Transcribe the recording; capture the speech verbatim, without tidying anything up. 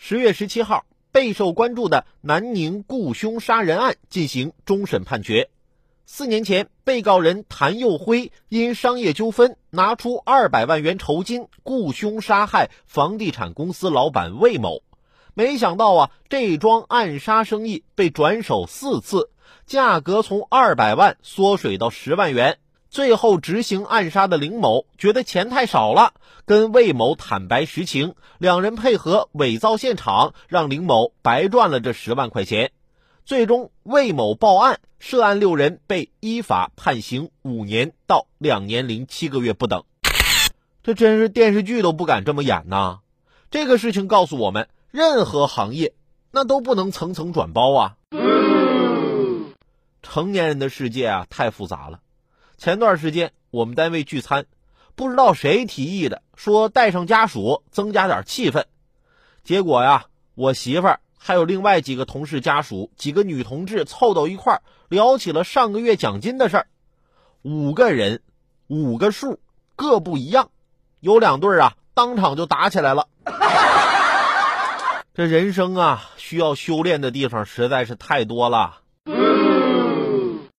十月十七号，备受关注的南宁雇凶杀人案进行终审判决。四年前，被告人谭佑辉因商业纠纷拿出二百万元酬金雇凶杀害房地产公司老板魏某。没想到啊，这桩暗杀生意被转手四次，价格从二百万缩水到十万元。最后执行暗杀的林某觉得钱太少了，跟魏某坦白实情，两人配合伪造现场，让林某白赚了这十万块钱。最终魏某报案，涉案六人被依法判刑五年到两年零七个月不等。这真是电视剧都不敢这么演呐！这个事情告诉我们，任何行业那都不能层层转包啊。成年人的世界啊，太复杂了。前段时间我们单位聚餐，不知道谁提议的，说带上家属增加点气氛。结果呀，我媳妇儿还有另外几个同事家属，几个女同志凑到一块儿聊起了上个月奖金的事儿。五个人，五个数，各不一样，有两对啊当场就打起来了。这人生啊，需要修炼的地方实在是太多了。